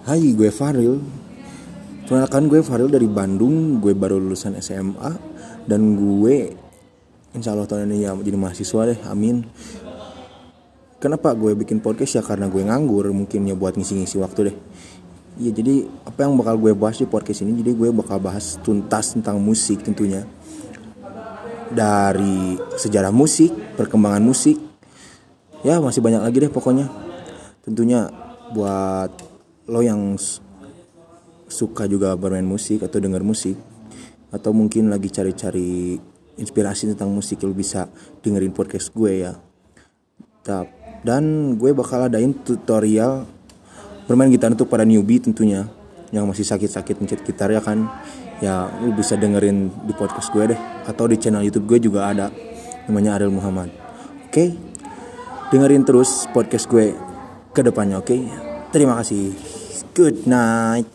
Hai, gue Faril. Perkenalkan, gue Faril dari Bandung. Gue baru lulusan SMA. Dan gue insya Allah tahun ini ya jadi mahasiswa deh, amin. Kenapa gue bikin podcast ya? Karena gue nganggur, mungkin ya buat ngisi-ngisi waktu deh. Ya jadi apa yang bakal gue bahas di podcast ini? Jadi gue bakal bahas tuntas tentang musik tentunya. Dari sejarah musik, perkembangan musik. Ya masih banyak lagi deh pokoknya. Tentunya buat lo yang suka juga bermain musik atau dengar musik, atau mungkin lagi cari-cari inspirasi tentang musik, lo bisa dengerin podcast gue ya. Dan gue bakal adain tutorial bermain gitar untuk para newbie tentunya, yang masih sakit-sakit mencet gitar ya kan. Ya lo bisa dengerin di podcast gue deh, atau di channel YouTube gue juga ada, namanya Ariel Muhammad. Oke, dengerin terus podcast gue ke depannya, oke? Terima kasih. Good night.